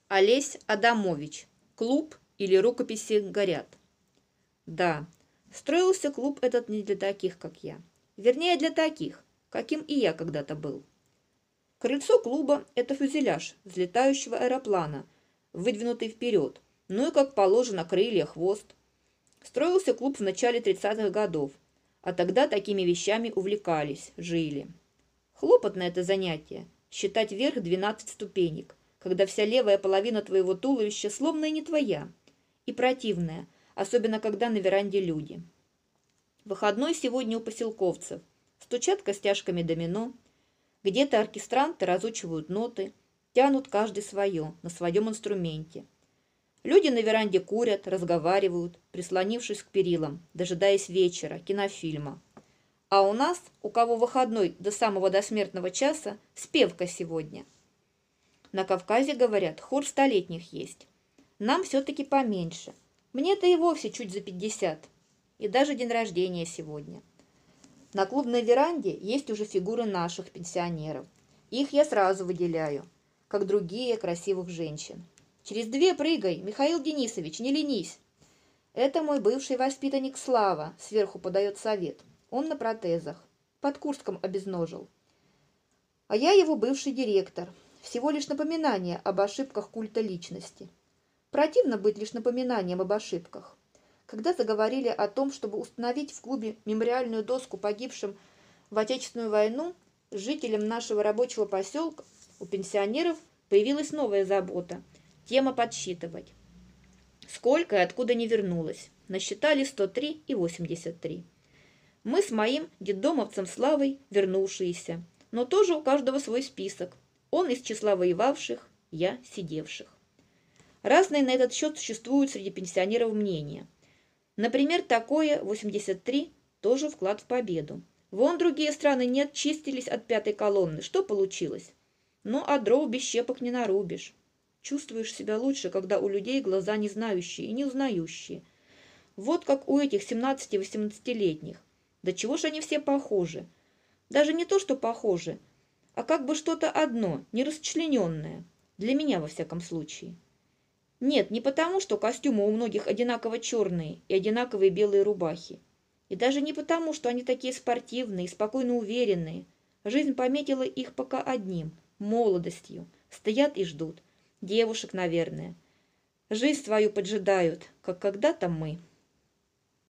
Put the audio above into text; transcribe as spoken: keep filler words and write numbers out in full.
Олесь Адамович. Клуб или рукописи горят. Да, строился клуб этот не для таких, как я. Вернее, для таких, каким и я когда-то был. Крыльцо клуба – это фюзеляж взлетающего аэроплана, выдвинутый вперед, ну и, как положено, крылья, хвост. Строился клуб в начале тридцатых годов, а тогда такими вещами увлекались, жили. Хлопотное это занятие – считать вверх двенадцать ступенек, когда вся левая половина твоего туловища словно и не твоя, и противная, особенно когда на веранде люди. Выходной сегодня у поселковцев. Стучат костяшками домино. Где-то оркестранты разучивают ноты, тянут каждый свое, на своем инструменте. Люди на веранде курят, разговаривают, прислонившись к перилам, дожидаясь вечера, кинофильма. А у нас, у кого выходной до самого досмертного часа, спевка сегодня. На Кавказе, говорят, хор столетних есть. Нам все-таки поменьше. Мне-то и вовсе чуть за пятьдесят. И даже день рождения сегодня. На клубной веранде есть уже фигуры наших пенсионеров. Их я сразу выделяю, как другие красивых женщин. Через две прыгай, Михаил Денисович, не ленись. Это мой бывший воспитанник Слава, сверху подает совет. Он на протезах, под Курском обезножил. А я его бывший директор. Всего лишь напоминание об ошибках культа личности. Противно быть лишь напоминанием об ошибках. Когда заговорили о том, чтобы установить в клубе мемориальную доску погибшим в Отечественную войну, жителям нашего рабочего поселка, у пенсионеров появилась новая забота – тема подсчитывать. Сколько и откуда не вернулось. Насчитали сто три и восемьдесят три. Мы с моим детдомовцем Славой вернувшиеся, но тоже у каждого свой список. Он из числа воевавших, я сидевших. Разные на этот счет существуют среди пенсионеров мнения. Например, такое восемьдесят три тоже вклад в победу. Вон другие страны не отчистились от пятой колонны. Что получилось? Ну, а дров без щепок не нарубишь. Чувствуешь себя лучше, когда у людей глаза не знающие и не узнающие. Вот как у этих семнадцати-восемнадцатилетних. Да чего ж они все похожи? Даже не то, что похожи, а как бы что-то одно, нерасчлененное. Для меня, во всяком случае. Нет, не потому, что костюмы у многих одинаково черные и одинаковые белые рубахи. И даже не потому, что они такие спортивные и спокойно уверенные. Жизнь пометила их пока одним – молодостью. Стоят и ждут. Девушек, наверное. Жизнь свою поджидают, как когда-то мы.